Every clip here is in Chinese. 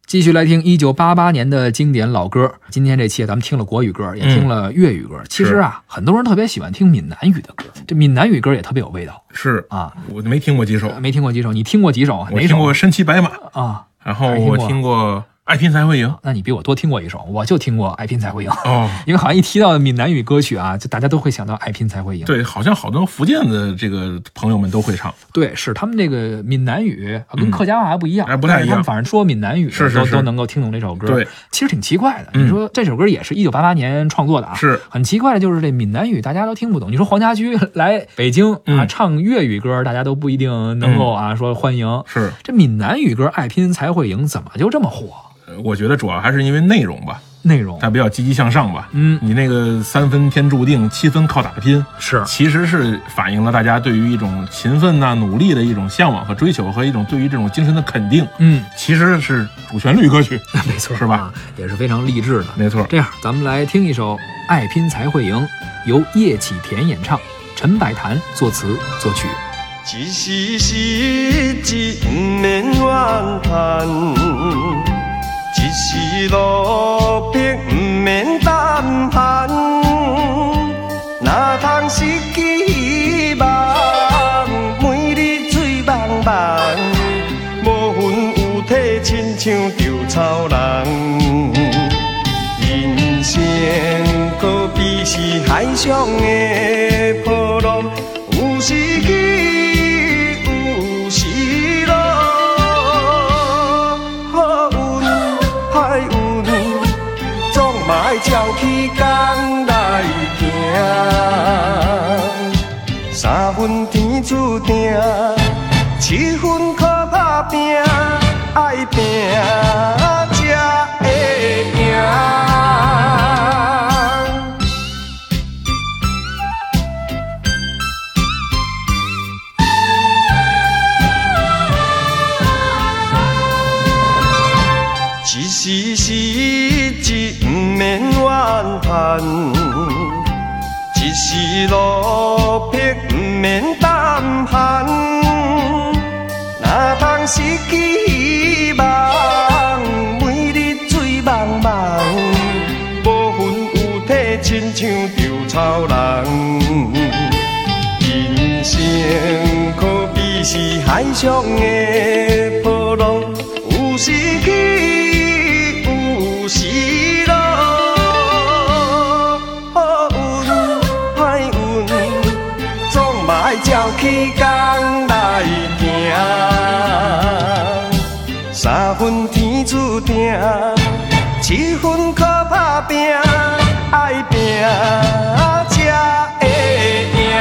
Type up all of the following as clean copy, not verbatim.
继续来听1988年的经典老歌。今天这期咱们听了国语歌，也听了粤语歌。其实啊，很多人特别喜欢听闽南语的歌，这闽南语歌也特别有味道。 是啊， 我没听过几首， 没听过几首，你听过几首啊？ 我听过《身骑白马》 啊， 然后我听过爱拼才会赢。 那你比我多听过一首，我就听过爱拼才会赢。 哦， 因为好像一提到闽南语歌曲啊，就大家都会想到爱拼才会赢。 对，好像好多福建的这个朋友们都会唱。 对，是他们这个闽南语跟客家话还不一样， 不太一样。 他们反正说闽南语都能够听懂这首歌。 对， 其实挺奇怪的。你说这首歌也是1988年创作的啊， 是很奇怪的，就是这闽南语大家都听不懂。你说黄家驹来北京啊唱粤语歌，大家都不一定能够说欢迎。 是这闽南语歌爱拼才会赢，怎么就这么火？ 我觉得主要还是因为内容吧，它比较积极向上吧。你那个3分天注定，7分靠打拼，其实是反映了大家对于一种勤奋努力的一种向往和追求，和一种对于这种精神的肯定。其实是主旋律歌曲， 没错， 是吧？ 也是非常励志的， 没错。 这样，咱们来听一首《爱拼才会赢》，由叶启田演唱，陈百潭作词作曲。 一时失志不免怨叹，一时落魄不免胆寒，哪通失去希望，每日醉茫茫，无魂有体，亲像稻草人。人生可比是海上的波浪，有时起，有时落。照起工来行，3分天注定，7分靠打拼，爱拼才会赢。一时失志不免怨叹，一时落魄不免胆寒，哪通失去希望，每日醉茫茫，无魂有体，亲像稻草人。人生可比是海上的波浪，有时起。有时落，好运歹运，总嘛爱照起工来行。3分天注定，7分靠打拼，爱拼才会赢。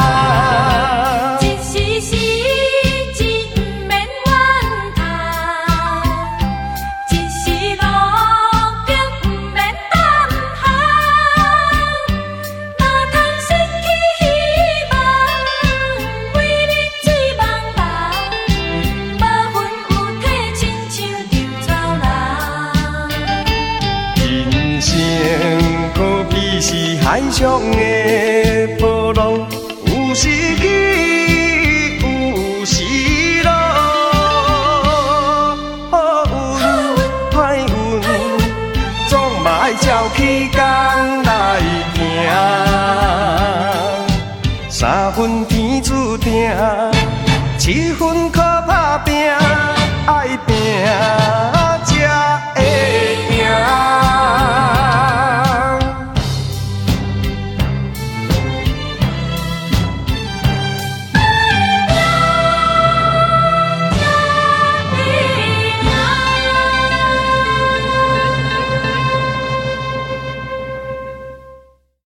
海上的波浪，有时起，有时落，好运歹运，总嘛爱照起工来行。3分天注定，7分靠